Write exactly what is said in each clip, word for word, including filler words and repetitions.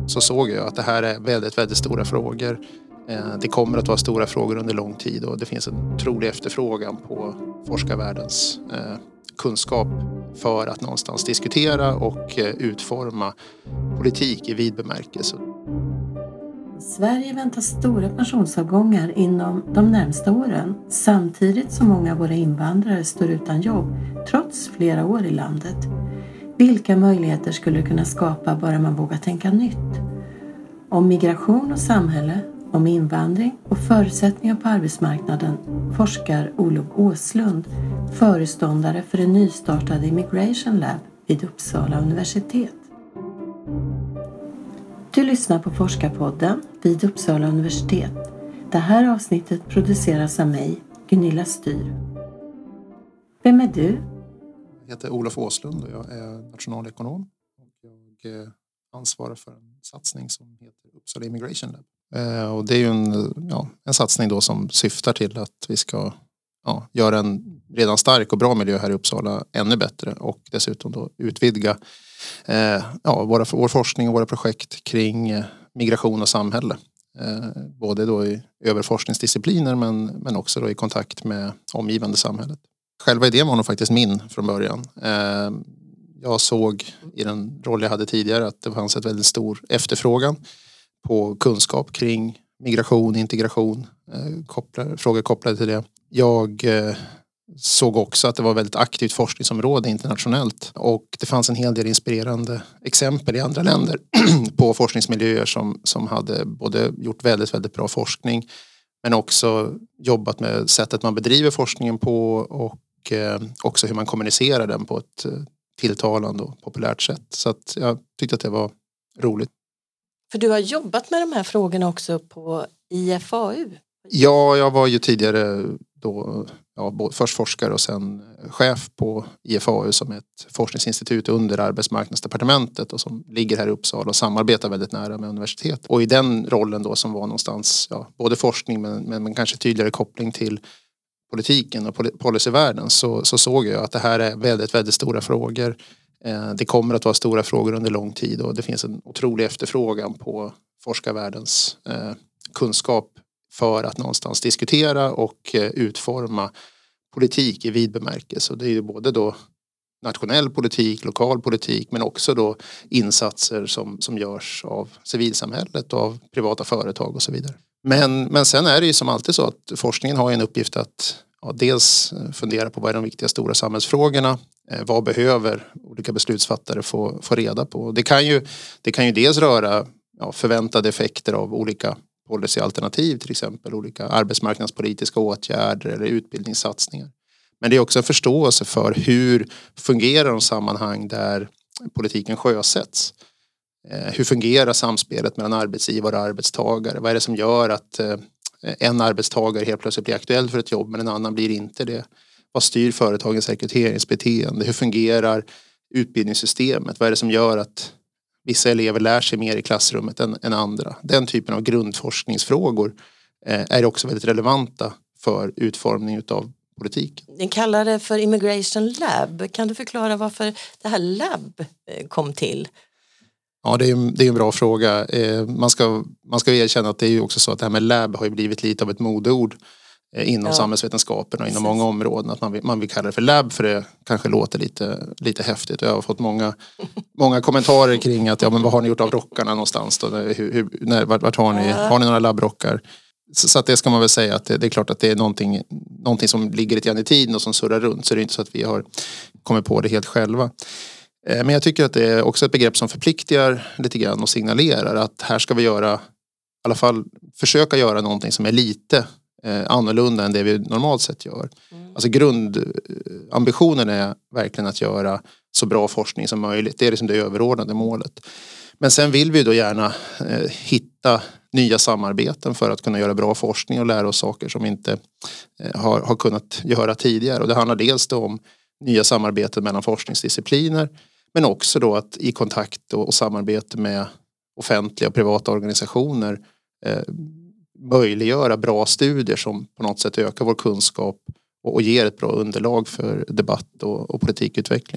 så såg jag att det här är väldigt, väldigt stora frågor. Det kommer att vara stora frågor under lång tid och det finns en otrolig efterfrågan på forskarvärldens kunskap för att någonstans diskutera och utforma politik i vid bemärkelse. Sverige väntar stora pensionsavgångar inom de närmsta åren, samtidigt som många av våra invandrare står utan jobb trots flera år i landet. Vilka möjligheter skulle det kunna skapa bara man vågar tänka nytt? Om migration och samhälle, om invandring och förutsättningar på arbetsmarknaden forskar Olof Åslund, föreståndare för det nystartade Immigration Lab vid Uppsala universitet. Du lyssnar på Forskarpodden vid Uppsala universitet. Det här avsnittet produceras av mig, Gunilla Styr. Vem är du? Jag heter Olof Åslund och jag är nationalekonom. Jag ansvarar för en satsning som heter Uppsala Immigration Lab. Och det är ju en, ja, en satsning då som syftar till att vi ska ja, göra en redan stark och bra miljö här i Uppsala ännu bättre och dessutom då utvidga eh, ja, våra, vår forskning och våra projekt kring eh, migration och samhälle. Eh, både då i över forskningsdiscipliner men, men också då i kontakt med omgivande samhället. Själva idén var nog faktiskt min från början. Eh, jag såg i den roll jag hade tidigare att det fanns ett väldigt stor efterfrågan på kunskap kring migration, integration, eh, kopplade, frågor kopplade till det. Jag eh, såg också att det var ett väldigt aktivt forskningsområde internationellt och det fanns en hel del inspirerande exempel i andra länder på forskningsmiljöer som, som hade både gjort väldigt, väldigt bra forskning men också jobbat med sättet man bedriver forskningen på och eh, också hur man kommunicerar den på ett eh, tilltalande och populärt sätt. Så att jag tyckte att det var roligt. För du har jobbat med de här frågorna också på I F A U? Ja, jag var ju tidigare då, ja, först forskare och sen chef på I F A U som är ett forskningsinstitut under arbetsmarknadsdepartementet och som ligger här i Uppsala och samarbetar väldigt nära med universitet. Och i den rollen då som var någonstans, ja, både forskning men, men, men kanske tydligare koppling till politiken och policyvärlden så, så såg jag att det här är väldigt, väldigt stora frågor. Det kommer att vara stora frågor under lång tid och det finns en otrolig efterfrågan på forskarvärldens eh, kunskap för att någonstans diskutera och eh, utforma politik i vid bemärkelse. Det är ju både då nationell politik, lokal politik men också då insatser som, som görs av civilsamhället och av privata företag och så vidare. Men, men sen är det ju som alltid så att forskningen har en uppgift att ja, dels fundera på vad är de viktiga stora samhällsfrågorna. Eh, vad behöver olika beslutsfattare få, få reda på? Det kan ju, det kan ju dels röra ja, förväntade effekter av olika policyalternativ, till exempel olika arbetsmarknadspolitiska åtgärder eller utbildningssatsningar. Men det är också en förståelse för hur fungerar de sammanhang där politiken sjösätts. Eh, hur fungerar samspelet mellan arbetsgivare och arbetstagare? Vad är det som gör att eh, en arbetstagare helt plötsligt blir aktuell för ett jobb men en annan blir inte det? Vad styr företagens rekryteringsbeteende? Hur fungerar utbildningssystemet? Vad är det som gör att vissa elever lär sig mer i klassrummet än, än andra? Den typen av grundforskningsfrågor eh, är också väldigt relevanta för utformning av politik. Ni kallar det för Immigration Lab. Kan du förklara varför det här lab kom till? Ja, det är, det är en bra fråga. Eh, man, ska, man ska erkänna att det är ju också så att det här med lab har ju blivit lite av ett modeord eh, inom ja. samhällsvetenskapen och inom många områden. Att man vill, man vill kalla det för lab för det kanske låter lite, lite häftigt. Och jag har fått många, många kommentarer kring att ja, men vad har ni gjort av rockarna någonstans då? Hur, hur, när, vart, vart har ni? Har ni några labbrockar? Så, så att det ska man väl säga att det, det är klart att det är någonting, någonting som ligger lite grann i tiden och som surrar runt. Så det är inte så att vi har kommit på det helt själva. Men jag tycker att det är också ett begrepp som förpliktigar lite grann och signalerar att här ska vi göra, i alla fall försöka göra någonting som är lite eh, annorlunda än det vi normalt sett gör. Mm. Alltså grundambitionen är verkligen att göra så bra forskning som möjligt. Det är liksom det överordnade målet. Men sen vill vi då gärna eh, hitta nya samarbeten för att kunna göra bra forskning och lära oss saker som inte eh, har, har kunnat göra tidigare. Och det handlar dels då om nya samarbeten mellan forskningsdiscipliner men också då att i kontakt och, och samarbete med offentliga och privata organisationer eh, möjliggöra bra studier som på något sätt ökar vår kunskap och, och ger ett bra underlag för debatt och, och politikutveckling.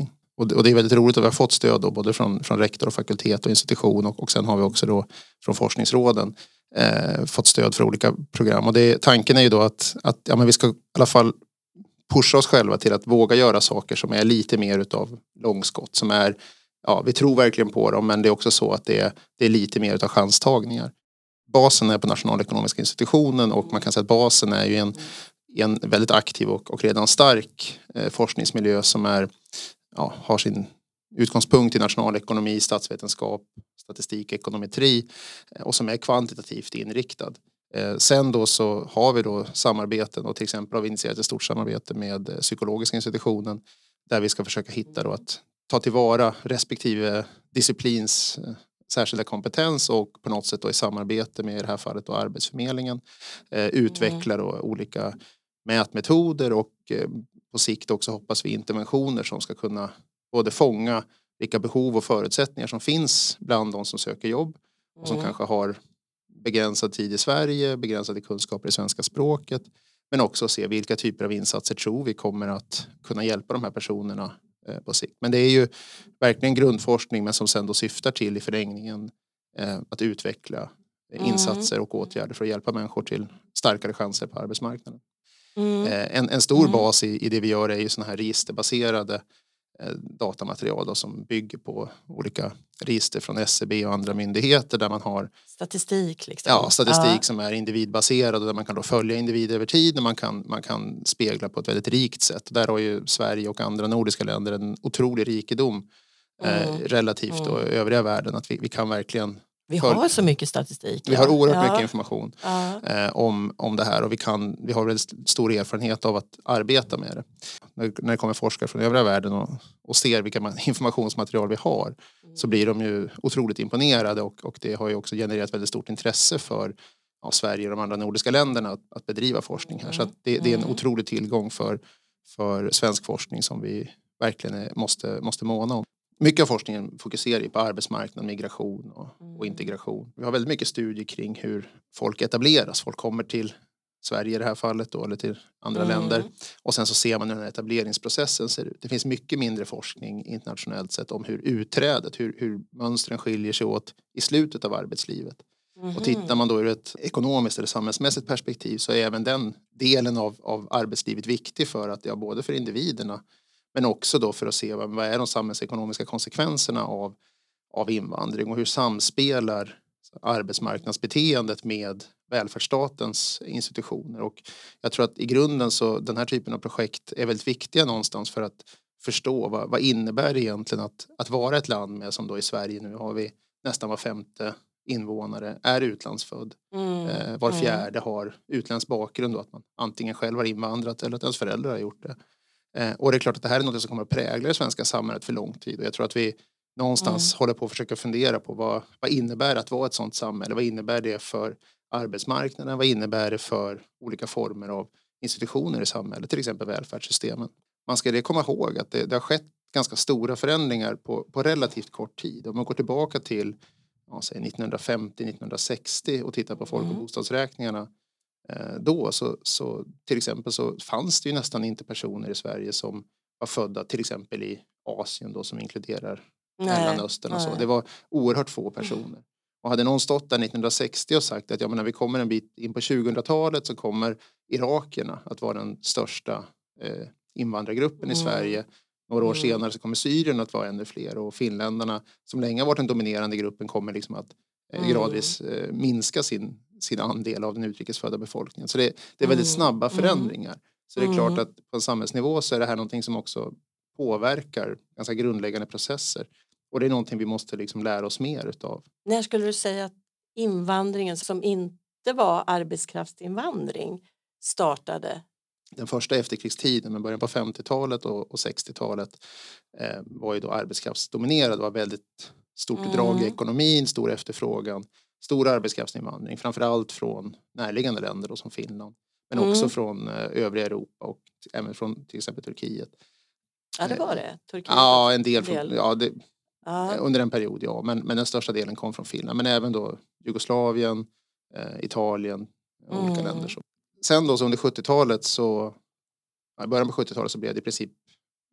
och det, och det är väldigt roligt att vi har fått stöd då, både från, från rektor och fakultet och institution och, och sen har vi också då från forskningsråden eh, fått stöd för olika program. Och det, tanken är ju då att, att ja, men vi ska i alla fall pusha oss själva till att våga göra saker som är lite mer utav långskott, som är, ja, vi tror verkligen på dem, men det är också så att det är, det är lite mer utav chanstagningar. Basen är på Nationalekonomiska institutionen och man kan säga att basen är ju en, en väldigt aktiv och, och redan stark eh, forskningsmiljö som är, ja, har sin utgångspunkt i nationalekonomi, statsvetenskap, statistik, ekonometri eh, och som är kvantitativt inriktad. Eh, sen då så har vi då samarbeten och till exempel har vi initierat ett stort samarbete med eh, psykologiska institutionen där vi ska försöka hitta då att ta tillvara respektive disciplins eh, särskilda kompetens och på något sätt då i samarbete med i det här fallet då Arbetsförmedlingen eh, utveckla då olika mätmetoder och eh, på sikt också hoppas vi interventioner som ska kunna både fånga vilka behov och förutsättningar som finns bland de som söker jobb och som mm. kanske har begränsad tid i Sverige, begränsade kunskaper i svenska språket, men också se vilka typer av insatser tror vi kommer att kunna hjälpa de här personerna eh, på sikt. Men det är ju verkligen grundforskning, men som sen då syftar till i förlängningen eh, att utveckla mm. insatser och åtgärder för att hjälpa människor till starkare chanser på arbetsmarknaden. Mm. Eh, en, en stor mm. bas i, i det vi gör är ju såna här registerbaserade datamaterial då, som bygger på olika register från S C B och andra myndigheter där man har statistik liksom. Ja, statistik ja. som är individbaserad och där man kan då följa individer över tid och man kan, man kan spegla på ett väldigt rikt sätt. Där har ju Sverige och andra nordiska länder en otrolig rikedom mm. eh, relativt mm. och övriga världen, att vi, vi kan verkligen Vi har så mycket statistik. Vi ja. har oerhört ja. mycket information ja. eh, om, om det här och vi, kan, vi har väldigt stor erfarenhet av att arbeta med det. När, när det kommer forskare från övriga världen och, och ser vilka man, informationsmaterial vi har mm. så blir de ju otroligt imponerade och, och det har ju också genererat väldigt stort intresse för ja, Sverige och de andra nordiska länderna att, att bedriva forskning här. Mm. Så att det, det är en otrolig tillgång för, för svensk forskning som vi verkligen är, måste, måste måna om. Mycket av forskningen fokuserar ju på arbetsmarknad, migration och, och integration. Vi har väldigt mycket studier kring hur folk etableras. Folk kommer till Sverige i det här fallet då, eller till andra mm. länder. Och sen så ser man hur den här etableringsprocessen ser ut. Det finns mycket mindre forskning internationellt sett om hur utträdet, hur, hur mönstren skiljer sig åt i slutet av arbetslivet. Mm. Och tittar man då ur ett ekonomiskt eller samhällsmässigt perspektiv så är även den delen av, av arbetslivet viktig för att, ja, både för individerna men också då för att se vad, vad är de samhällsekonomiska konsekvenserna av, av invandring och hur samspelar arbetsmarknadsbeteendet med välfärdsstatens institutioner. Och jag tror att i grunden så den här typen av projekt är väldigt viktiga någonstans för att förstå vad, vad innebär det egentligen att, att vara ett land med, som då i Sverige nu har vi nästan var femte invånare är utlandsfödd. Mm. Eh, var fjärde mm. har utländsk bakgrund och att man antingen själv har invandrat eller att ens föräldrar har gjort det. Eh, och det är klart att det här är något som kommer att prägla det svenska samhället för lång tid och jag tror att vi någonstans mm. håller på att försöka fundera på vad, vad innebär att vara ett sådant samhälle, vad innebär det för arbetsmarknaden, vad innebär det för olika former av institutioner i samhället, till exempel välfärdssystemen. Man ska det komma ihåg att det, det har skett ganska stora förändringar på, på relativt kort tid. Om man går tillbaka till ja, säg nittonhundrafemtio nittonhundrasextio och tittar på folk- och bostadsräkningarna eh, då så, så till exempel så fanns det ju nästan inte personer i Sverige som var födda till exempel i Asien då, som inkluderar Mellanöstern och så. Det var oerhört få personer. Och hade någon stått där nittonhundrasextio och sagt att ja, men när vi kommer en bit in på tjugohundratalet så kommer irakierna att vara den största eh, invandrargruppen mm. i Sverige. Några år mm. senare så kommer Syrien att vara ännu fler och finländarna som länge har varit den dominerande gruppen kommer liksom att eh, mm. gradvis eh, minska sin, sin andel av den utrikesfödda befolkningen. Så det, det är väldigt mm. snabba förändringar. Så det är klart att på en samhällsnivå så är det här någonting som också påverkar ganska grundläggande processer. Och det är någonting vi måste liksom lära oss mer utav. När skulle du säga att invandringen som inte var arbetskraftsinvandring startade? Den första efterkrigstiden med början på femtiotalet och, och sextiotalet eh, var ju då arbetskraftsdominerad. Det var väldigt stort mm. drag i ekonomin, stor efterfrågan, stor arbetskraftsinvandring. Framförallt från närliggande länder då, som Finland. Men mm. också från eh, övriga Europa och även från till exempel Turkiet. Ja, det var det. Turkiet. Ja, en del. Från, del. Ja, det, ja. Under en period, ja. Men, men den största delen kom från Finland. Men även då Jugoslavien, eh, Italien och mm. olika länder. Så. Sen då så under sjuttiotalet så, i början på sjuttiotalet så blev det i princip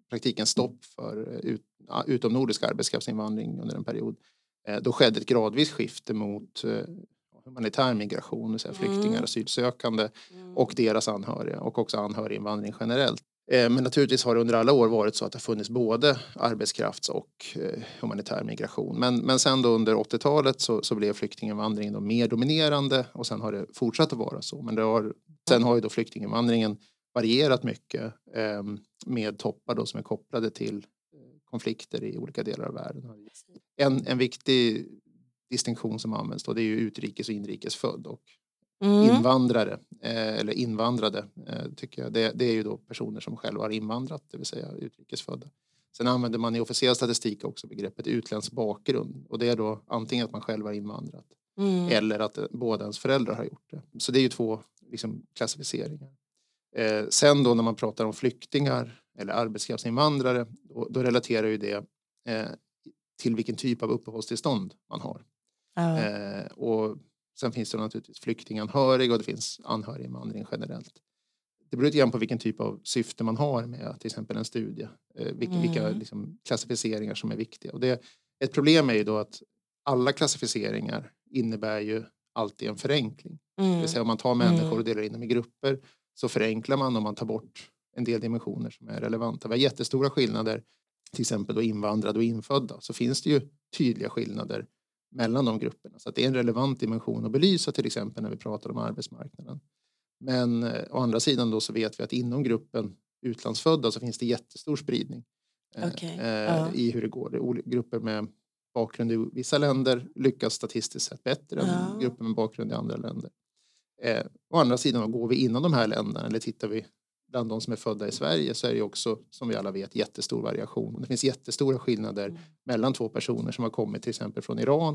praktiken stopp för ut, utomnordisk arbetskraftsinvandring under en period. Då skedde ett gradvis skifte mot humanitär migration, så här flyktingar, Mm. asylsökande Mm. och deras anhöriga och också anhöriginvandring generellt. Men naturligtvis har det under alla år varit så att det har funnits både arbetskrafts- och humanitär migration. Men, men sen då under åttiotalet så, så blev flyktinginvandringen då mer dominerande och sen har det fortsatt att vara så. Men det har, sen har ju då flyktinginvandringen varierat mycket eh, med toppar då som är kopplade till konflikter i olika delar av världen. En, en viktig distinktion som används då, det är ju utrikes och inrikes född och mm. invandrare eh, eller invandrade eh, tycker jag. Det, det är ju då personer som själva har invandrat, det vill säga utrikesfödda. Sen använder man i officiell statistik också begreppet utländsk bakgrund och det är då antingen att man själv har invandrat mm. eller att båda ens föräldrar har gjort det. Så det är ju två liksom, klassificeringar. Eh, sen då när man pratar om flyktingar eller arbetskraftsinvandrare då, då relaterar ju det eh, till vilken typ av uppehållstillstånd man har. Ja. Eh, och sen finns det naturligtvis flyktinganhörig och det finns anhöriginvandring generellt. Det beror lite grann på vilken typ av syfte man har med till exempel en studie. Eh, vilka mm. vilka liksom, klassificeringar som är viktiga. Och det, ett problem är ju då att alla klassificeringar innebär ju alltid en förenkling. Mm. Det vill säga om man tar människor och delar in dem i grupper så förenklar man om man tar bort en del dimensioner som är relevanta. Vi har jättestora skillnader, till exempel då invandrade och infödda. Så finns det ju tydliga skillnader mellan de grupperna. Så att det är en relevant dimension att belysa till exempel när vi pratar om arbetsmarknaden. Men eh, å andra sidan då så vet vi att inom gruppen utlandsfödda så finns det jättestor spridning eh, okay. eh, ja. i hur det går. Grupper med bakgrund i vissa länder lyckas statistiskt sett bättre ja. än grupper med bakgrund i andra länder. Eh, å andra sidan då, går vi inom de här länderna eller tittar vi bland de som är födda i Sverige så är det också, som vi alla vet, jättestor variation. Det finns jättestora skillnader mm. mellan två personer som har kommit till exempel från Iran.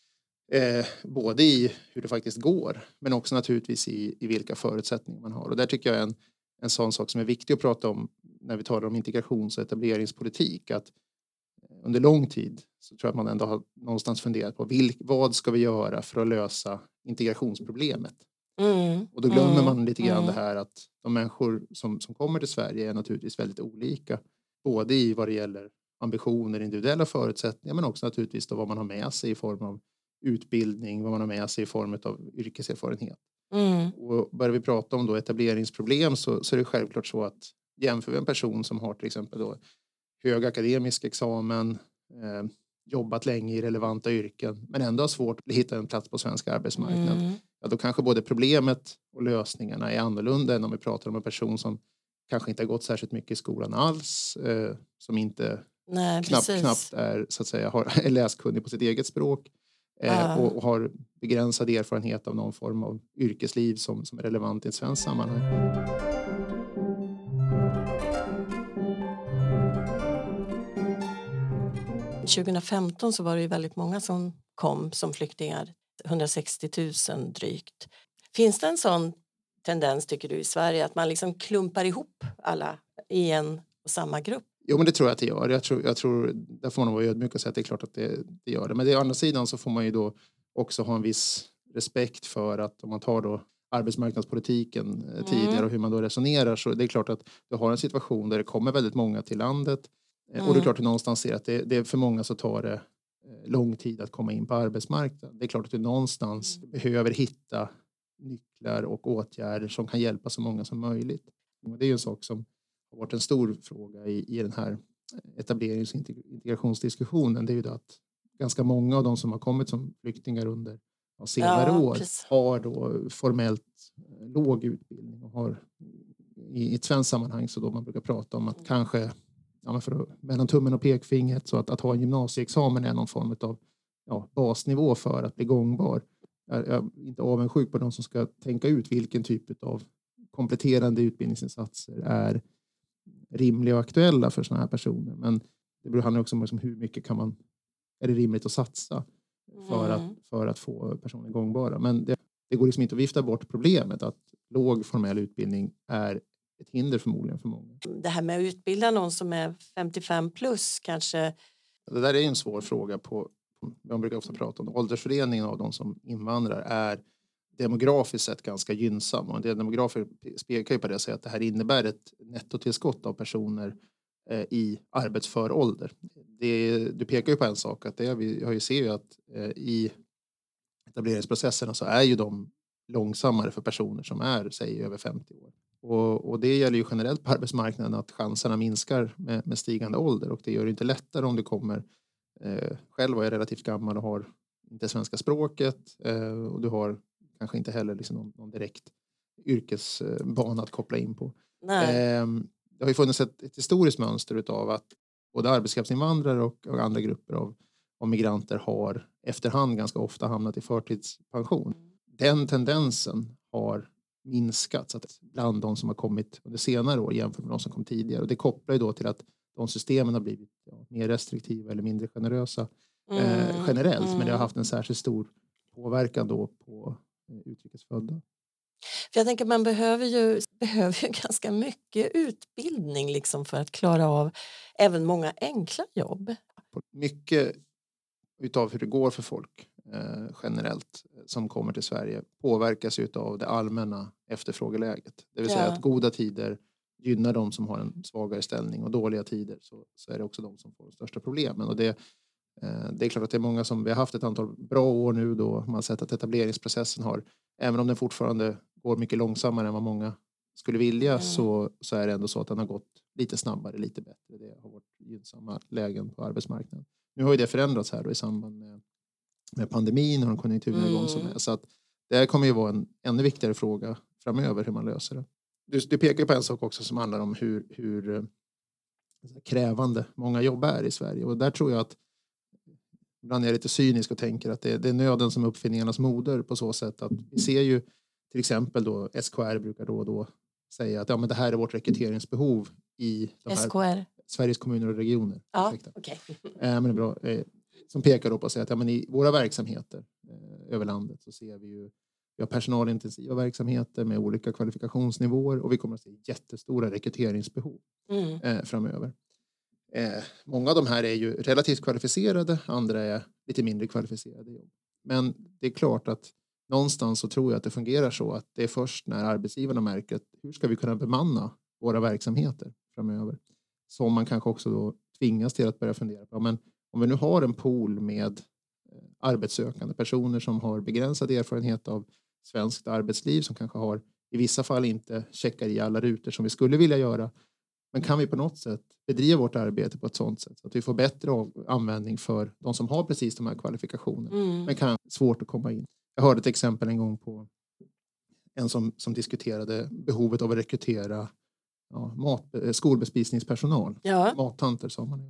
Eh, både i hur det faktiskt går men också naturligtvis i, i vilka förutsättningar man har. Och där tycker jag en, en sån sak som är viktig att prata om när vi talar om integrations- och etableringspolitik. Att under lång tid så tror jag att man ändå har någonstans funderat på vilk, vad ska vi göra för att lösa integrationsproblemet. Mm. Och då glömmer mm. man lite grann mm. det här att de människor som, som kommer till Sverige är naturligtvis väldigt olika. Både i vad det gäller ambitioner, individuella förutsättningar men också naturligtvis då vad man har med sig i form av utbildning, vad man har med sig i form av yrkeserfarenhet. Mm. Och börjar vi prata om då etableringsproblem så, så är det självklart så att jämför vi en person som har till exempel då hög akademisk examen, eh, jobbat länge i relevanta yrken men ändå har svårt att hitta en plats på svensk arbetsmarknad. Mm. Ja, då kanske både problemet och lösningarna är annorlunda än om vi pratar om en person som kanske inte har gått särskilt mycket i skolan alls, eh, som inte Nej, knappt, knappt är, så att säga, har, är läskunnig på sitt eget språk eh, uh. och, och har begränsad erfarenhet av någon form av yrkesliv som, som är relevant i ett svenskt sammanhang. tjugohundrafemton så var det ju väldigt många som kom som flyktingar, hundrasextio tusen drygt. Finns det en sån tendens tycker du i Sverige att man liksom klumpar ihop alla i en och samma grupp? Jo men det tror jag att det gör. Jag tror, jag tror där får man vara ödmjuk och säga att det är klart att det, det gör det. Men det, å andra sidan så får man ju då också ha en viss respekt för att om man tar då arbetsmarknadspolitiken mm. tidigare och hur man då resonerar så det är klart att du har en situation där det kommer väldigt många till landet. Mm. Och det är klart att du någonstans ser att det, det är för många så tar det lång tid att komma in på arbetsmarknaden. Det är klart att du någonstans mm. behöver hitta nycklar och åtgärder som kan hjälpa så många som möjligt. Och det är ju en sak som har varit en stor fråga i, i den här etablerings- och integrationsdiskussionen. Det är ju det att ganska många av de som har kommit som flyktingar under ja, senare ja, år precis. har då formellt låg utbildning och har i, i ett svenskt sammanhang så då man brukar prata om att mm. kanske ja, för att, mellan tummen och pekfingret så att, att ha en gymnasieexamen är någon form av ja, basnivå för att bli gångbar. Jag är inte avundsjuk på de som ska tänka ut vilken typ av kompletterande utbildningsinsatser är rimliga och aktuella för såna här personer. Men det handlar också om hur mycket kan man, är det rimligt att satsa för, mm. att, för att få personer gångbara. Men det, det går liksom inte att vifta bort problemet att låg formell utbildning är ett hinder förmodligen för många. Det här med att utbilda någon som är femtiofem plus kanske. Det där är en svår fråga på, man brukar ofta prata om åldersfördelningen av de som invandrar är demografiskt sett ganska gynnsam och det demografer spekar ju på det att säga att det här innebär ett nettotillskott av personer eh, i arbetsför ålder. Det, du pekar ju på en sak, att det, vi har ju ser ju att eh, i etableringsprocesserna så är ju de långsammare för personer som är, säg, över femtio år. Och, och det gäller ju generellt på arbetsmarknaden att chanserna minskar med, med stigande ålder, och det gör det inte lättare om du kommer eh, själv och är relativt gammal och har inte svenska språket eh, och du har kanske inte heller liksom någon, någon direkt yrkesbana att koppla in på. Eh, det har ju funnits ett, ett historiskt mönster utav att både arbetskraftsinvandrare och, och andra grupper av, av migranter har efterhand ganska ofta hamnat i förtidspension. Den tendensen har minskat så att bland de som har kommit under senare år jämfört med de som kom tidigare. Och det kopplar ju då till att de systemen har blivit ja, mer restriktiva eller mindre generösa eh, mm, generellt. Mm. Men det har haft en särskilt stor påverkan då på eh, utrikesfödda. För jag tänker man behöver ju, behöver ju ganska mycket utbildning liksom för att klara av även många enkla jobb. Mycket utav hur det går för folk eh, generellt som kommer till Sverige påverkas utav det allmänna efterfrågeläget. Det vill säga ja. att goda tider gynnar de som har en svagare ställning, och dåliga tider så, så är det också de som får de största problemen. Och det, eh, det är klart att det är många som, vi har haft ett antal bra år nu då man har sett att etableringsprocessen har, även om den fortfarande går mycket långsammare än vad många skulle vilja mm. så, så är det ändå så att den har gått lite snabbare, lite bättre. Det har varit gynnsamma lägen på arbetsmarknaden. Nu har ju det förändrats här då i samband med, med pandemin och en konjunkturnedgång mm. som är. Så att det här kommer ju vara en ännu viktigare fråga framöver hur man löser det. Du, du pekar på en sak också som handlar om hur, hur krävande många jobb är i Sverige. Och där tror jag att ibland är jag lite cynisk och tänker att det, det är nöden som är uppfinningarnas moder på så sätt att vi ser ju till exempel då S K R brukar då och då säga att ja, men det här är vårt rekryteringsbehov i de här S K R? Sveriges kommuner och regioner. Ja, okej. Okay. Eh, men det är bra. Eh, som pekar då på att säga att ja, men i våra verksamheter eh, över landet så ser vi ju vi har personalintensiva verksamheter med olika kvalifikationsnivåer, och vi kommer att se jättestora rekryteringsbehov mm. eh, framöver. Eh, många av de här är ju relativt kvalificerade, andra är lite mindre kvalificerade jobb. Men det är klart att någonstans så tror jag att det fungerar så att det är först när arbetsgivarna märker att hur ska vi kunna bemanna våra verksamheter framöver, som man kanske också då tvingas till att börja fundera på. Men om vi nu har en pool med arbetssökande personer som har begränsad erfarenhet av svenskt arbetsliv, som kanske har i vissa fall inte checkar i alla rutor som vi skulle vilja göra, men kan vi på något sätt bedriva vårt arbete på ett sådant sätt så att vi får bättre användning för de som har precis de här kvalifikationerna mm. men kan svårt att komma in. Jag hörde ett exempel en gång på en som, som diskuterade behovet av att rekrytera ja, mat, skolbespisningspersonal. Ja. Mattanter sa man.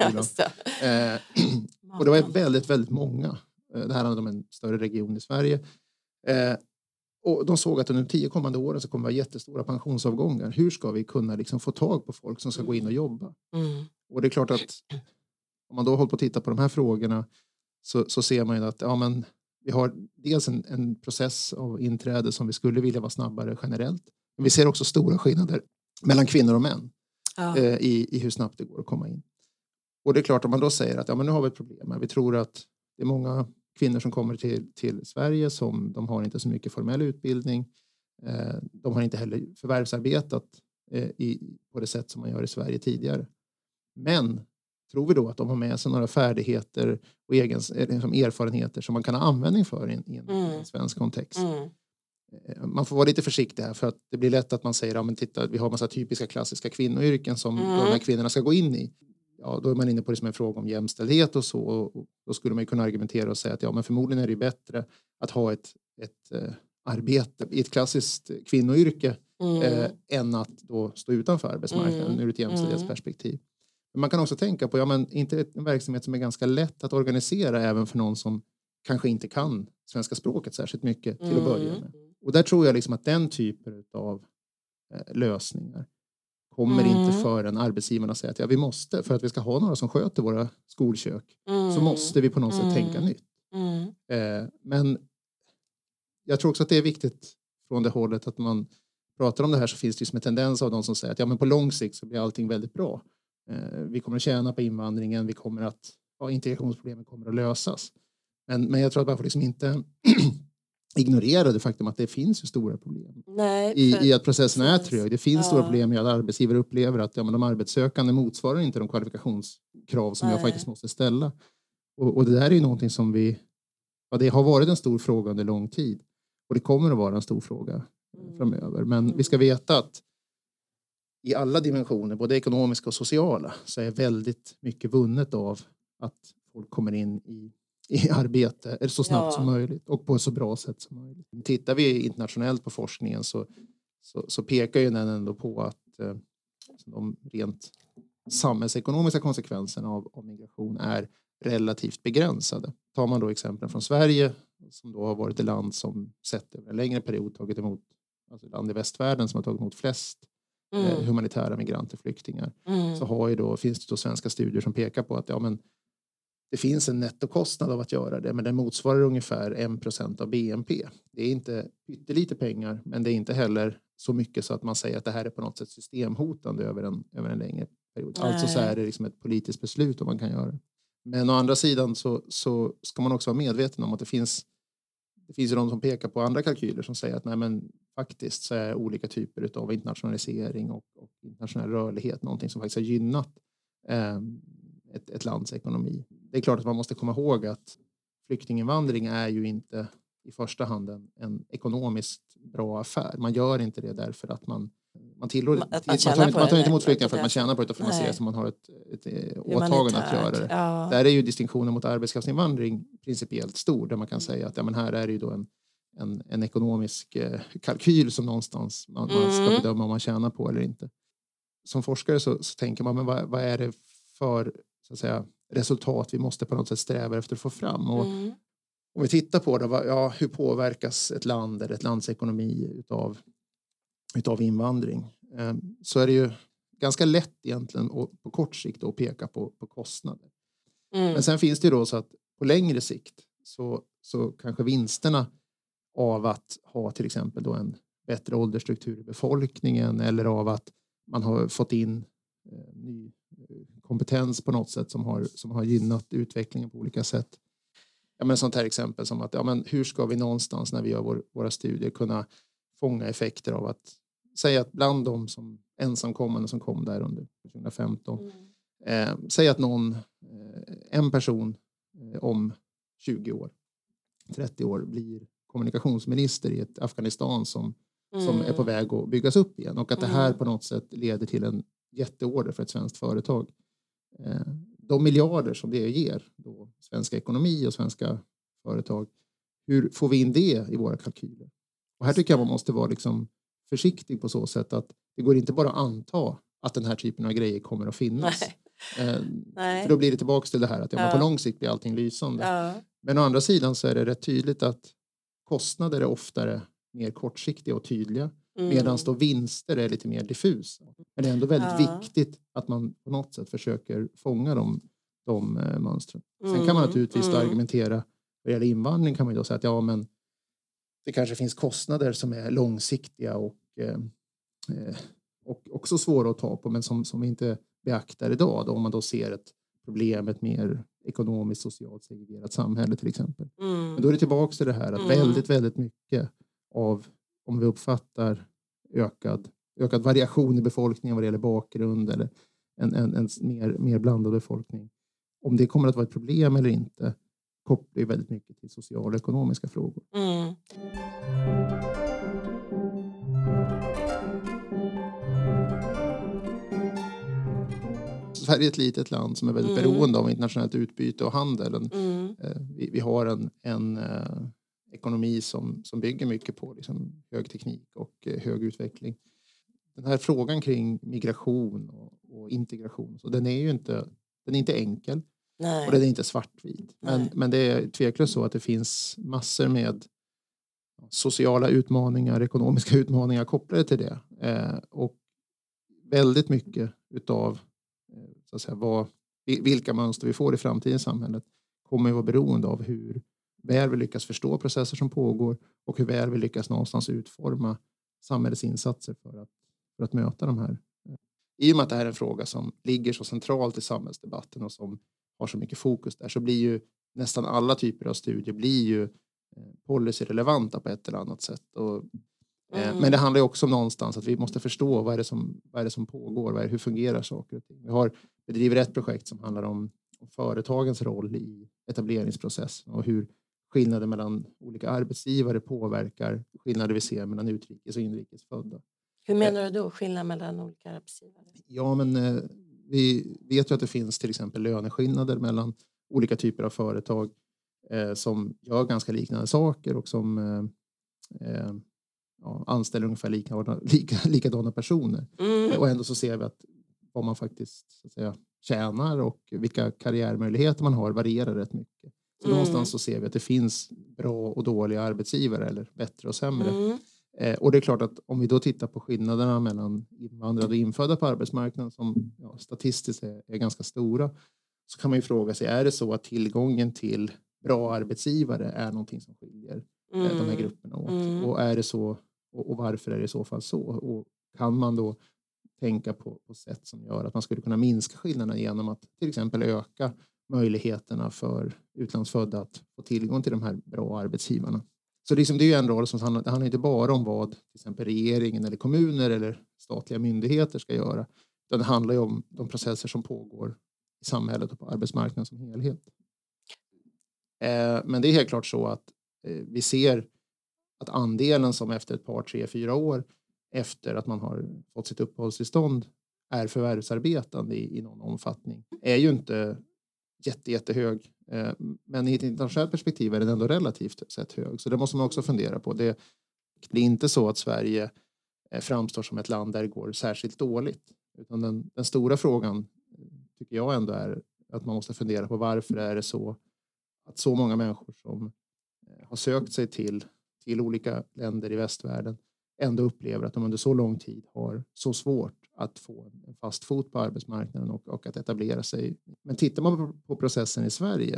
eh, och det var väldigt, väldigt många. Det här handlade om en större region i Sverige. Eh, och de såg att under de tio kommande åren så kommer det vara jättestora pensionsavgångar. Hur ska vi kunna liksom få tag på folk som ska gå in och jobba? Mm. Och det är klart att om man då håller på att titta på de här frågorna så, så ser man ju att ja, men vi har dels en, en process av inträde som vi skulle vilja vara snabbare generellt. Men vi ser också stora skillnader mellan kvinnor och män ja. eh, i, i hur snabbt det går att komma in. Och det är klart om man då säger att ja, men nu har vi ett problem. Vi tror att det är många kvinnor som kommer till, till Sverige som de har inte så mycket formell utbildning. Eh, de har inte heller förvärvsarbetat eh, i, på det sätt som man gör i Sverige tidigare. Men tror vi då att de har med sig några färdigheter och egen, liksom erfarenheter som man kan ha användning för i, i en, mm. en svensk kontext. Mm. Man får vara lite försiktig här för att det blir lätt att man säger ja, men titta, vi har massa typiska klassiska kvinnoyrken som mm. de här kvinnorna ska gå in i. Ja, då är man inne på det som en fråga om jämställdhet och så. Och då skulle man ju kunna argumentera och säga att ja, men förmodligen är det bättre att ha ett, ett äh, arbete i ett klassiskt kvinnoyrke mm. äh, än att då stå utanför arbetsmarknaden mm. ur ett jämställdhetsperspektiv. Men man kan också tänka på, ja men inte en verksamhet som är ganska lätt att organisera även för någon som kanske inte kan svenska språket särskilt mycket till mm. att börja med. Och där tror jag liksom att den typen av eh, lösningar kommer mm. inte förrän arbetsgivarna säger att ja, vi måste, för att vi ska ha några som sköter våra skolkök mm. så måste vi på något mm. sätt tänka nytt. Mm. Eh, men jag tror också att det är viktigt från det hållet att man pratar om det här, så finns det ju som en tendens av de som säger att ja, men på lång sikt så blir allting väldigt bra. Eh, vi kommer att tjäna på invandringen, vi kommer att, ja, integrationsproblemen kommer att lösas. Men, men jag tror att man får liksom inte ignorera det faktum att det finns ju stora problem. Nej, I, för, I att processen är trög. Det finns ja. stora problem i att arbetsgivare upplever att ja, men de arbetssökande motsvarar inte de kvalifikationskrav som Nej. jag faktiskt måste ställa. Och, och det där är ju någonting som vi, ja, det har varit en stor fråga under lång tid. Och det kommer att vara en stor fråga Mm. framöver. Men Mm. vi ska veta att i alla dimensioner, både ekonomiska och sociala, så är väldigt mycket vunnet av att folk kommer in i, i arbete så snabbt Ja. som möjligt och på ett så bra sätt som möjligt. Tittar vi internationellt på forskningen så, så, så pekar ju den ändå på att eh, de rent samhällsekonomiska konsekvenserna av, av migration är relativt begränsade. Tar man då exempel från Sverige som då har varit ett land som sett över en längre period tagit emot, alltså land i västvärlden som har tagit emot flest Mm. eh, humanitära migranter, flyktingar, Mm. så har ju då, finns det då svenska studier som pekar på att ja, men det finns en nettokostnad av att göra det, men den motsvarar ungefär en procent av B N P. Det är inte ytterlite pengar, men det är inte heller så mycket så att man säger att det här är på något sätt systemhotande över en, över en längre period. Nej. Alltså så är det liksom ett politiskt beslut om man kan göra det. Men å andra sidan så, så ska man också vara medveten om att det finns det finns ju de som pekar på andra kalkyler som säger att nej, men faktiskt så är olika typer av internationalisering och, och internationell rörlighet någonting som faktiskt har gynnat eh, ett, ett lands ekonomi. Det är klart att man måste komma ihåg att flyktinginvandring är ju inte i första hand en, en ekonomiskt bra affär. Man gör inte det därför att man man tillhör, Att man man tjänar tar, inte- på man tar det, inte emot nej. flyktingar för att man tjänar på det, utan för att man Nej. ser som man har ett, ett, ett åtagande att göra det. Ja. Där är ju distinktionen mot arbetskraftsinvandring principiellt stor, där man kan säga att ja, men här är det ju då en, en, en ekonomisk eh, kalkyl som någonstans man, man ska Mm. bedöma om man tjänar på eller inte. Som forskare så, så tänker man, men vad, vad är det för så att säga, resultat vi måste på något sätt sträva efter att få fram? Och Mm. om vi tittar på det, vad, ja, hur påverkas ett land eller ett lands ekonomi utav, utav invandring? Eh, så är det ju ganska lätt egentligen och på kort sikt att peka på, på kostnader. Mm. Men sen finns det ju då så att på längre sikt så, så kanske vinsterna av att ha till exempel då en bättre åldersstruktur i befolkningen eller av att man har fått in eh, ny kompetens på något sätt som har, som har gynnat utvecklingen på olika sätt. Ja, men sånt här exempel som att ja, men hur ska vi någonstans när vi gör vår, våra studier kunna fånga effekter av att säga att bland de som ensamkommande som kom där under tjugo femton Mm. eh, säg att någon eh, en person eh, om tjugo år trettio år blir kommunikationsminister i ett Afghanistan som, Mm. som är på väg att byggas upp igen och att det här Mm. på något sätt leder till en jätteorder för ett svenskt företag. Eh, de miljarder som det ger då svenska ekonomi och svenska företag, hur får vi in det i våra kalkyler? Och här tycker jag man måste vara liksom försiktig på så sätt att det går inte bara att anta att den här typen av grejer kommer att finnas. Nej. Eh, Nej. för då blir det tillbaka till det här att ja, Ja. men på lång sikt blir allting lysande. Ja. Men å andra sidan så är det rätt tydligt att kostnader är oftare mer kortsiktiga och tydliga. Mm. Medan då vinster är lite mer diffusa. Men det är ändå väldigt Ja. viktigt att man på något sätt försöker fånga de, de eh, mönstren. Sen Mm. kan man naturligtvis då Mm. argumentera, vad det gäller invandring kan man ju då säga att ja, men det kanske finns kostnader som är långsiktiga och, eh, eh, och också svåra att ta på, men som, som vi inte beaktar idag. Då, om man då ser ett problem, ett mer ekonomiskt, socialt segregerat samhälle till exempel. Mm. Men då är det tillbaka till det här att Mm. väldigt, väldigt mycket av, om vi uppfattar ökad, ökad variation i befolkningen vad det gäller bakgrund eller en, en, en mer, mer blandad befolkning. Om det kommer att vara ett problem eller inte kopplar ju väldigt mycket till sociala och ekonomiska frågor. Mm. Sverige är ett litet land som är väldigt Mm. beroende av internationellt utbyte och handel. En, Mm. eh, vi, vi har en, en eh, ekonomi som, som bygger mycket på liksom, hög teknik och eh, hög utveckling. Den här frågan kring migration och, och integration, så den är ju inte, den är inte enkel Nej. och den är inte svartvit. Men, Nej. men det är tveklöst så att det finns massor med sociala utmaningar, ekonomiska utmaningar kopplade till det. Eh, och väldigt mycket utav eh, så att säga, vad, vilka mönster vi får i framtidens samhället kommer att vara beroende av hur väl vi lyckas förstå processer som pågår och hur väl vi lyckas någonstans utforma samhällets insatser för att, för att möta de här. I och med att det här är en fråga som ligger så centralt i samhällsdebatten och som har så mycket fokus där, så blir ju nästan alla typer av studier blir ju policyrelevanta på ett eller annat sätt. Och, eh, Mm. Men det handlar ju också om någonstans att vi måste förstå vad är det som, vad är det som pågår, vad är, hur fungerar saker och ting. Vi har bedriver ett projekt som handlar om, om företagens roll i etableringsprocessen och hur skillnader mellan olika arbetsgivare påverkar skillnader vi ser mellan utrikes och inrikes födda. Hur menar du då? Skillnad mellan olika arbetsgivare? Ja, men eh, vi vet ju att det finns till exempel löneskillnader mellan olika typer av företag eh, som gör ganska liknande saker och som eh, eh, ja, anställer ungefär likadana, lika, likadana personer. Mm. Och ändå så ser vi att vad man faktiskt så att säga, tjänar och vilka karriärmöjligheter man har varierar rätt mycket. Så Mm. någonstans så ser vi att det finns bra och dåliga arbetsgivare eller bättre och sämre. Mm. Eh, och det är klart att om vi då tittar på skillnaderna mellan invandrade och infödda på arbetsmarknaden som ja, statistiskt är, är ganska stora, så kan man ju fråga sig, är det så att tillgången till bra arbetsgivare är någonting som skiljer Mm. eh, de här grupperna åt? Mm. Och är det så, och, och varför är det i så fall så? Och kan man då tänka på, på sätt som gör att man skulle kunna minska skillnaderna genom att till exempel öka möjligheterna för utlandsfödda att få tillgång till de här bra arbetsgivarna? Så liksom det är ju en roll som handlar, det handlar inte bara om vad till exempel regeringen eller kommuner eller statliga myndigheter ska göra. Utan det handlar ju om de processer som pågår i samhället och på arbetsmarknaden som helhet. Eh, men det är helt klart så att eh, vi ser att andelen som efter ett par, tre, fyra år efter att man har fått sitt uppehållstillstånd är förvärvsarbetande i, i någon omfattning är ju inte jätte, jättehög. Eh, men i ett internationellt perspektiv är den ändå relativt sett hög. Så det måste man också fundera på. Det, det är inte så att Sverige eh, framstår som ett land där det går särskilt dåligt. Utan den, den stora frågan tycker jag ändå är att man måste fundera på varför är det så att så många människor som eh, har sökt sig till, till olika länder i västvärlden ändå upplever att de under så lång tid har så svårt att få en fast fot på arbetsmarknaden och, och att etablera sig. Men tittar man på, på processen i Sverige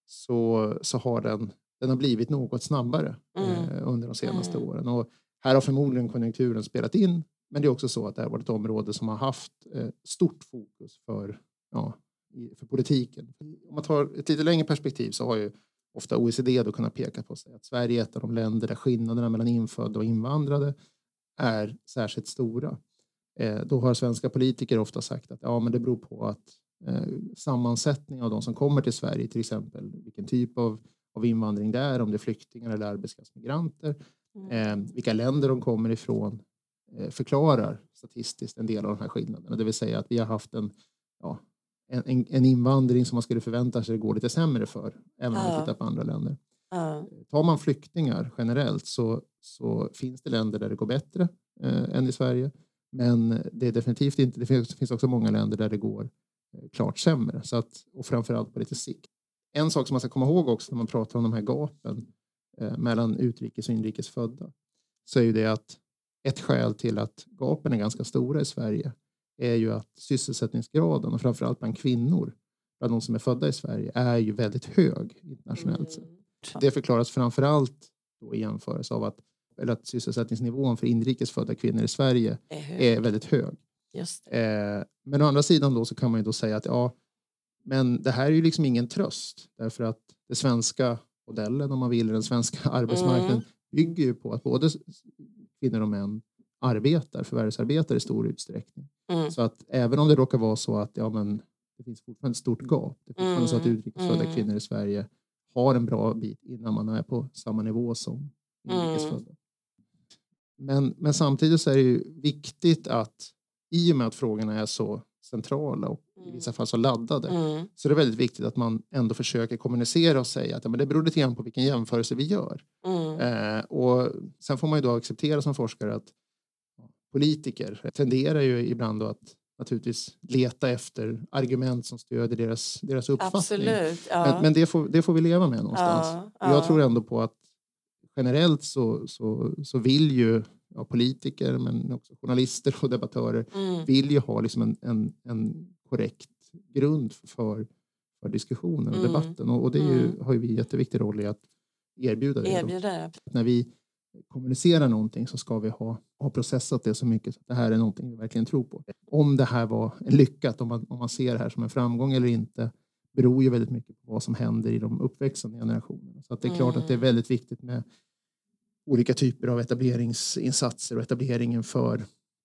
så, så har den, den har blivit något snabbare Mm. eh, under de senaste Mm. åren. Och här har förmodligen konjunkturen spelat in, men det är också så att det har varit ett område som har haft eh, stort fokus för, ja, i, för politiken. Om man tar ett lite längre perspektiv så har ju ofta O E C D då kunnat peka på sig att Sverige är ett av de länder där skillnaderna mellan infödda och invandrade är särskilt stora. Eh, då har svenska politiker ofta sagt att ja, men det beror på att eh, sammansättning av de som kommer till Sverige, till exempel vilken typ av, av invandring det är, om det är flyktingar eller arbetskraftsmigranter, eh, vilka länder de kommer ifrån, eh, förklarar statistiskt en del av de här skillnaderna. Det vill säga att vi har haft en, ja, en, en, en invandring som man skulle förvänta sig går lite sämre för, även om Ja. man tittar på andra länder. Ja. Tar man flyktingar generellt så, så finns det länder där det går bättre eh, än i Sverige. Men det är definitivt inte, det finns, det finns också många länder där det går eh, klart sämre. Så att, och framförallt på lite sikt. En sak som man ska komma ihåg också när man pratar om de här gapen eh, mellan utrikes och inrikes födda, så är ju det att ett skäl till att gapen är ganska stora i Sverige är ju att sysselsättningsgraden och framförallt bland kvinnor, bland de som är födda i Sverige, är ju väldigt hög internationellt sett. Mm. Det förklaras framförallt då i jämförelse av att, eller att sysselsättningsnivån för inrikesfödda kvinnor i Sverige Är hög. är väldigt hög. Just det. Eh, men å andra sidan då så kan man ju då säga att ja, men det här är ju liksom ingen tröst. Därför att den svenska modellen, om man vill, den svenska arbetsmarknaden Mm. bygger ju på att både kvinnor och män arbetar, förvärvsarbetar i stor utsträckning. Mm. Så att även om det råkar vara så att ja, men det finns fortfarande ett stort gap. Det är fortfarande Mm. så att utrikesfödda Mm. kvinnor i Sverige har en bra bit innan man är på samma nivå som inrikesfödda. Mm. Men, men samtidigt så är det ju viktigt att i och med att frågorna är så centrala och i vissa fall så laddade, Mm. så är det väldigt viktigt att man ändå försöker kommunicera och säga att ja, men det beror lite grann på vilken jämförelse vi gör. Mm. Eh, och sen får man ju då acceptera som forskare att ja, politiker tenderar ju ibland då att naturligtvis leta efter argument som stöder deras, deras uppfattning. Absolut. Ja. Men, men det, får, det får vi leva med någonstans. Ja, Och jag ja. tror ändå på att generellt så, så, så vill ju ja, politiker men också journalister och debattörer Mm. vill ju ha liksom en, en, en korrekt grund för, för diskussionen och Mm. debatten. Och, och det är ju, Mm. har ju vi en jätteviktig roll i att erbjuda det. då. Erbjuder. När vi kommunicerar någonting så ska vi ha, ha processat det så mycket så att det här är någonting vi verkligen tror på. Om det här var lyckat, om man, om man ser det här som en framgång eller inte, beror ju väldigt mycket på vad som händer i de uppväxande generationerna. Så att det är klart mm. att det är väldigt viktigt med olika typer av etableringsinsatser och etableringen för,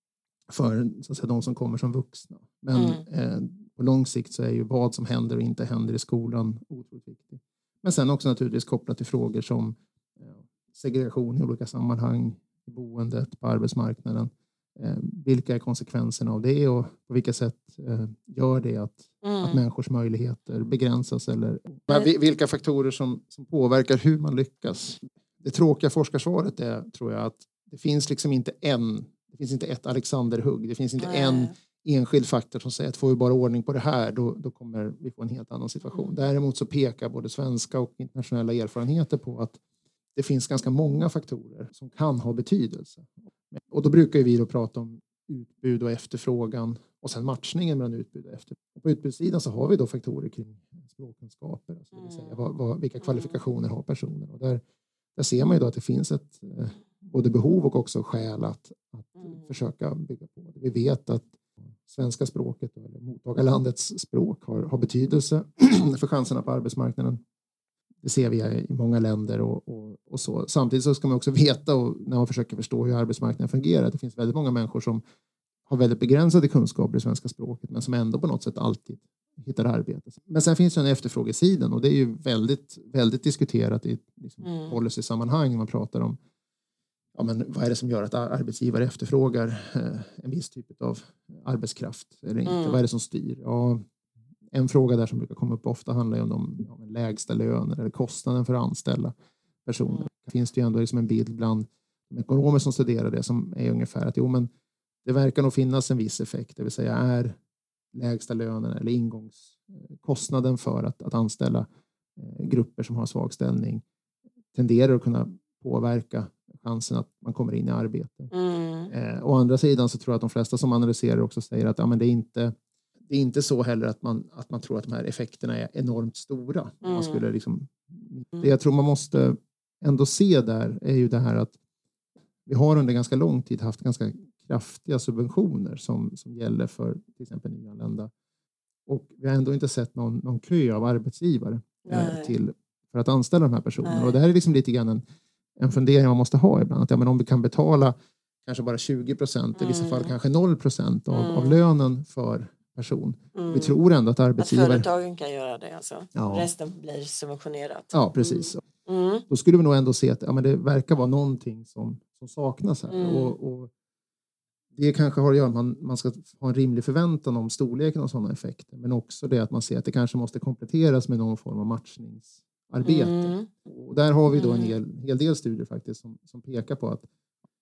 för så att säga, de som kommer som vuxna. Men mm. eh, på lång sikt så är ju vad som händer och inte händer i skolan otroligt viktigt. Men sen också naturligtvis kopplat till frågor som eh, segregation i olika sammanhang, i boendet, på arbetsmarknaden. Eh, vilka är konsekvenserna av det och på vilka sätt eh, gör det att, mm. att människors möjligheter begränsas? Eller vilka faktorer som, som påverkar hur man lyckas? Det tråkiga forskarsvaret är, tror jag, att det finns liksom inte en, det finns inte ett Alexanderhugg. Det finns inte Nej. en enskild faktor som säger att får vi bara ordning på det här, då, då kommer vi få en helt annan situation. Mm. Däremot så pekar både svenska och internationella erfarenheter på att det finns ganska många faktorer som kan ha betydelse. Och då brukar vi då prata om utbud och efterfrågan och sen matchningen mellan utbud och efterfrågan. Och på utbudssidan så har vi då faktorer kring språkkunskaper. Alltså det vill säga vad, vad, vilka kvalifikationer har personer. Och där, där ser man ju då att det finns ett eh, både behov och också skäl att, att mm. försöka bygga på det. Vi vet att svenska språket eller mottagarlandets språk har, har betydelse för chanserna på arbetsmarknaden. Det ser vi i många länder och, och, och så. Samtidigt så ska man också veta och när man försöker förstå hur arbetsmarknaden fungerar att det finns väldigt många människor som har väldigt begränsade kunskaper i svenska språket men som ändå på något sätt alltid hittar arbete. Men sen finns det en efterfrågesidan och det är ju väldigt, väldigt diskuterat i liksom, mm. policy-sammanhang. Man pratar om ja, men vad är det som gör att arbetsgivare efterfrågar eh, en viss typ av arbetskraft eller inte? Mm. Vad är det som styr? Ja, en fråga där som brukar komma upp ofta handlar ju om de ja, lägsta löner eller kostnaden för att anställa personer. Mm. Det finns det ju ändå liksom en bild bland de ekonomer som studerar det som är ungefär att jo, men det verkar nog finnas en viss effekt. Det vill säga är lägsta lönen eller ingångskostnaden för att, att anställa eh, grupper som har svag ställning tenderar att kunna påverka chansen att man kommer in i arbete. Mm. Eh, å andra sidan så tror jag att de flesta som analyserar också säger att ja, men det är inte det är inte så heller att man, att man tror att de här effekterna är enormt stora. Mm. Man skulle liksom, det jag tror man måste ändå se där är ju det här att vi har under ganska lång tid haft ganska kraftiga subventioner som, som gäller för till exempel nyanlända. Och vi har ändå inte sett någon, någon kö av arbetsgivare eh, till, för att anställa de här personerna. Nej. Och det här är liksom lite grann en, en fundering man måste ha ibland. Att ja, men om vi kan betala kanske bara tjugo procent, mm. i vissa fall kanske noll procent av, mm. av lönen för person. Mm. Vi tror ändå att arbetsgivare... Att företagen kan göra det alltså. Ja. Resten blir subventionerat. Ja, precis. Mm. Mm. Då skulle vi nog ändå se att ja, men det verkar vara någonting som, som saknas här. Mm. Och, och det kanske har att göra med att man, man ska ha en rimlig förväntan om storleken av sådana effekter. Men också det att man ser att det kanske måste kompletteras med någon form av matchningsarbete. Mm. Och där har vi då en hel, hel del studier faktiskt som, som pekar på att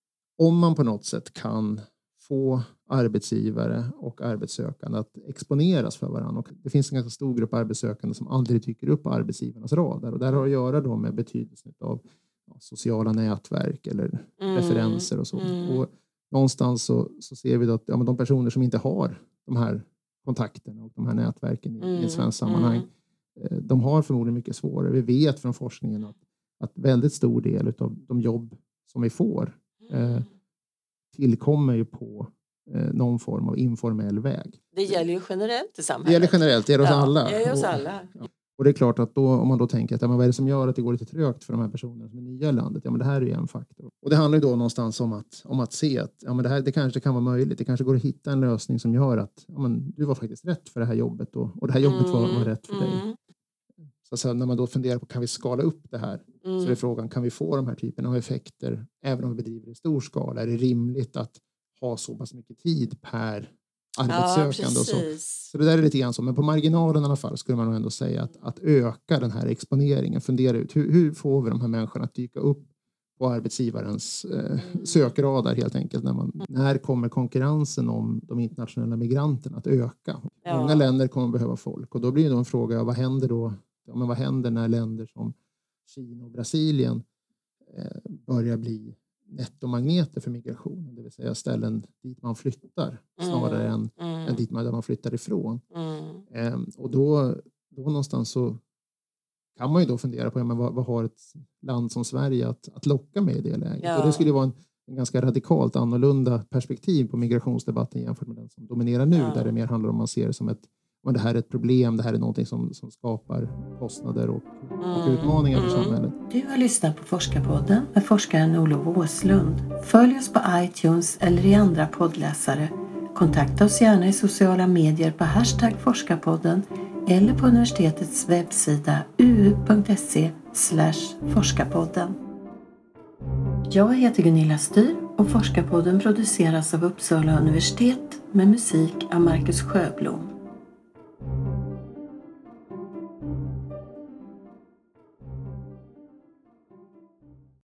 om man på något sätt kan få arbetsgivare och arbetssökande att exponeras för varandra. Och det finns en ganska stor grupp arbetssökande som aldrig dyker upp på arbetsgivarnas radar. Och där har att göra då med betydelsen av ja, sociala nätverk eller mm. referenser och så. Mm. Och någonstans så, så ser vi då att ja, men de personer som inte har de här kontakterna och de här nätverken i, mm. i ett svenskt sammanhang, mm. de har förmodligen mycket svårare. Vi vet från forskningen att, att väldigt stor del av de jobb som vi får eh, tillkommer ju på eh, någon form av informell väg. Det gäller ju generellt i samhället. Det gäller generellt, det gäller oss ja, alla. Det gäller oss alla. Och, och det är klart att då, om man då tänker att ja, men vad är det som gör att det går lite trögt för de här personerna som är nya i landet? Ja, men det här är ju en faktor. Och det handlar ju då någonstans om att, om att se att ja, men det här det kanske kan vara möjligt. Det kanske går att hitta en lösning som gör att ja, men du var faktiskt rätt för det här jobbet och, och det här jobbet mm. var, var rätt för mm. dig. Så, så när man då funderar på kan vi skala upp det här mm. så är frågan kan vi få de här typen av effekter även om vi bedriver i stor skala? Är det rimligt att ha så pass mycket tid per arbetssökande ja, och så. Så det där är lite grann så. Men på marginalen i alla fall skulle man nog ändå säga att, att öka den här exponeringen. Fundera ut hur, hur får vi de här människorna att dyka upp på arbetsgivarens eh, sökradar helt enkelt. När, man, när kommer konkurrensen om de internationella migranterna att öka? Ja. Många länder kommer behöva folk. Och då blir det då en fråga, ja, vad händer då? Ja, men vad händer när länder som Kina och Brasilien eh, börjar bli nettomagneter för migrationen, det vill säga ställen dit man flyttar snarare mm. än, mm. än dit man, där man flyttar ifrån. Mm. Ehm, och då, då någonstans så kan man ju då fundera på ja, men vad, vad har ett land som Sverige att, att locka med i det läget. Ja. Och det skulle vara en, en ganska radikalt annorlunda perspektiv på migrationsdebatten jämfört med den som dominerar nu, ja. Där det mer handlar om man ser det som ett och det här är ett problem, det här är någonting som, som skapar kostnader och, Mm. och utmaningar för Mm. samhället. Du har lyssnat på Forskarpodden med forskaren Olof Åslund. Följ oss på iTunes eller i andra poddläsare. Kontakta oss gärna i sociala medier på hashtag Forskarpodden eller på universitetets webbsida u u punkt se slash forskarpodden. Jag heter Gunilla Styr och Forskarpodden produceras av Uppsala universitet med musik av Marcus Sjöblom.